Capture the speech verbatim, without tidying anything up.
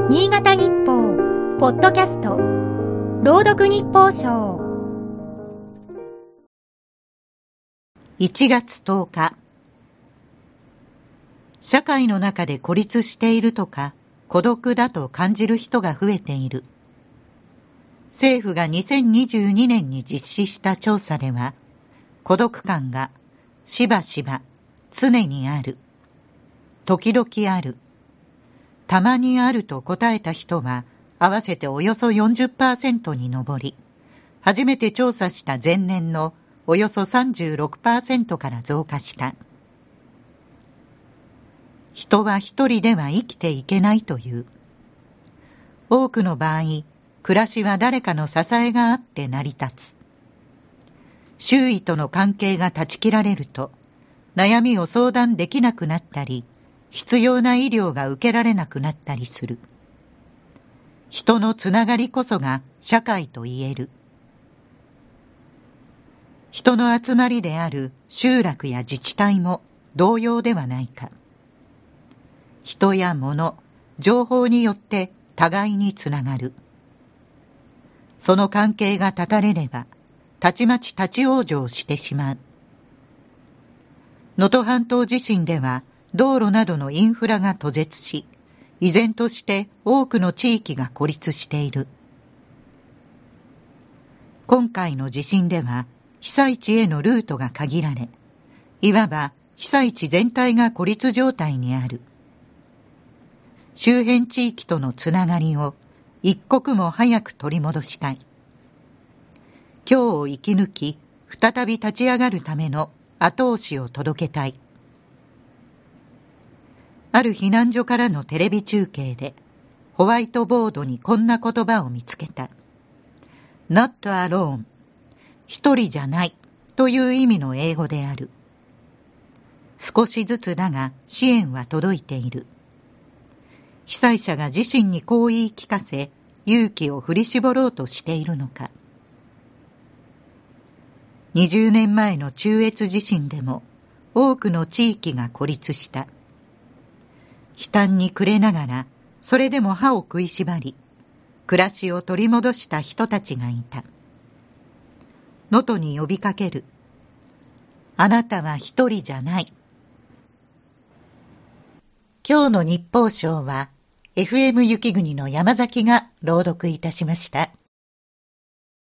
新潟日報ポッドキャスト朗読日報賞いちがつとおか、社会の中で孤立しているとか孤独だと感じる人が増えている。政府がにせんにじゅうにねんに実施した調査では、孤独感がしばしば、常にある、時々ある、たまにあると答えた人は合わせておよそ よんじゅっパーセント に上り、初めて調査した前年のおよそ さんじゅうろくパーセント から増加した。人は一人では生きていけないという。多くの場合、暮らしは誰かの支えがあって成り立つ。周囲との関係が断ち切られると、悩みを相談できなくなったり、必要な医療が受けられなくなったりする。人のつながりこそが社会と言える。人の集まりである集落や自治体も同様ではないか。人や物、情報によって互いにつながる。その関係が断たれれば、たちまち立ち往生してしまう。能登半島地震では、道路などのインフラが途絶し、依然として多くの地域が孤立している。今回の地震では、被災地へのルートが限られ、いわば被災地全体が孤立状態にある。周辺地域とのつながりを一刻も早く取り戻したい。今日を生き抜き、再び立ち上がるための後押しを届けたい。ある避難所からのテレビ中継で、ホワイトボードにこんな言葉を見つけた。not alone、一人じゃないという意味の英語である。少しずつだが支援は届いている。被災者が自身にこう言い聞かせ、勇気を振り絞ろうとしているのか。にじゅうねんまえの中越地震でも多くの地域が孤立した。悲嘆に暮れながら、それでも歯を食いしばり、暮らしを取り戻した人たちがいた。能登に呼びかける。あなたは一人じゃない。今日の日報賞は、エフエム 雪国の山崎が朗読いたしました。